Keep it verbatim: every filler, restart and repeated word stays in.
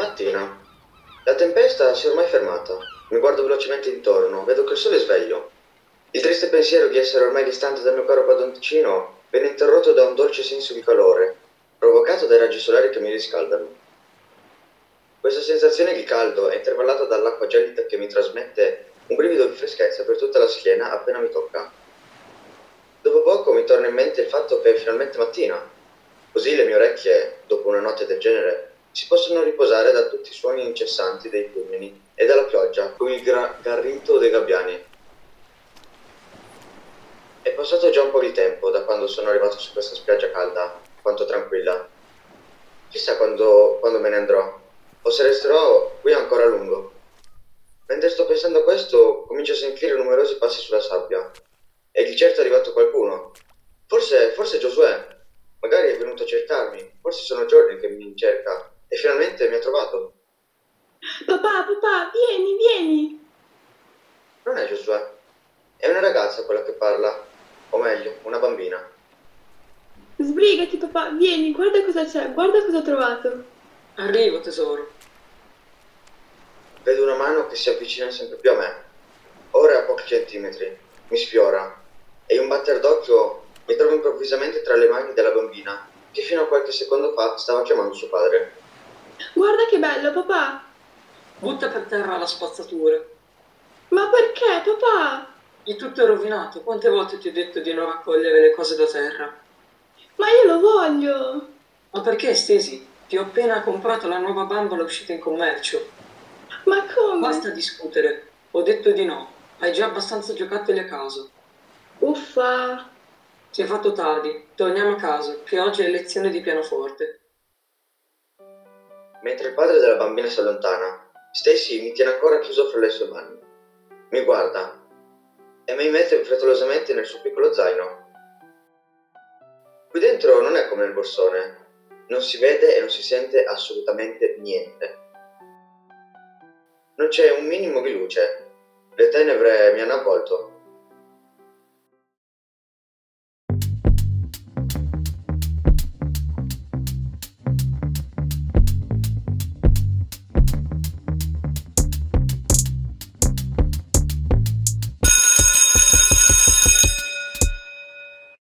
mattina. La tempesta si è ormai fermata. Mi guardo velocemente intorno, vedo che il sole è sveglio. Il triste pensiero di essere ormai distante dal mio caro padroncino viene interrotto da un dolce senso di calore, provocato dai raggi solari che mi riscaldano. Questa sensazione di caldo è intervallata dall'acqua gelida che mi trasmette un brivido di freschezza per tutta la schiena appena mi tocca. Dopo poco mi torna in mente il fatto che è finalmente mattina, così le mie orecchie, dopo una notte del genere, si possono riposare da tutti i suoni incessanti dei fulmini e dalla pioggia con il gra- garrito dei gabbiani. È passato già un po' di tempo da quando sono arrivato su questa spiaggia calda, quanto tranquilla. Chissà quando, quando me ne andrò, o se resterò qui ancora a lungo. Mentre sto pensando a questo, comincio a sentire numerosi passi sulla sabbia. E di certo è arrivato qualcuno. Forse, forse Giosuè. Magari è venuto a cercarmi. Forse sono giorni che mi cerca. E finalmente mi ha trovato. Papà, papà, vieni, vieni! Non è Giosuè. È una ragazza quella che parla. O meglio, una bambina. Sbrigati, papà, vieni, guarda cosa c'è, guarda cosa ho trovato. Arrivo, tesoro. Vedo una mano che si avvicina sempre più a me. Ora è a pochi centimetri. Mi sfiora. E in un batter d'occhio mi trovo improvvisamente tra le mani della bambina, che fino a qualche secondo fa stava chiamando suo padre. Guarda che bello, papà! Butta per terra la spazzatura. Ma perché, papà? Il tutto è rovinato. Quante volte ti ho detto di non raccogliere le cose da terra? Ma io lo voglio! Ma perché, Stesi? Ti ho appena comprato la nuova bambola uscita in commercio. Ma come? Basta discutere. Ho detto di no. Hai già abbastanza giocattoli a casa. Uffa! Si è fatto tardi. Torniamo a casa, che oggi è lezione di pianoforte. Mentre il padre della bambina si allontana, Stacy mi tiene ancora chiuso fra le sue mani. Mi guarda e mi mette frettolosamente nel suo piccolo zaino. Qui dentro non è come nel borsone. Non si vede e non si sente assolutamente niente. Non c'è un minimo di luce. Le tenebre mi hanno avvolto.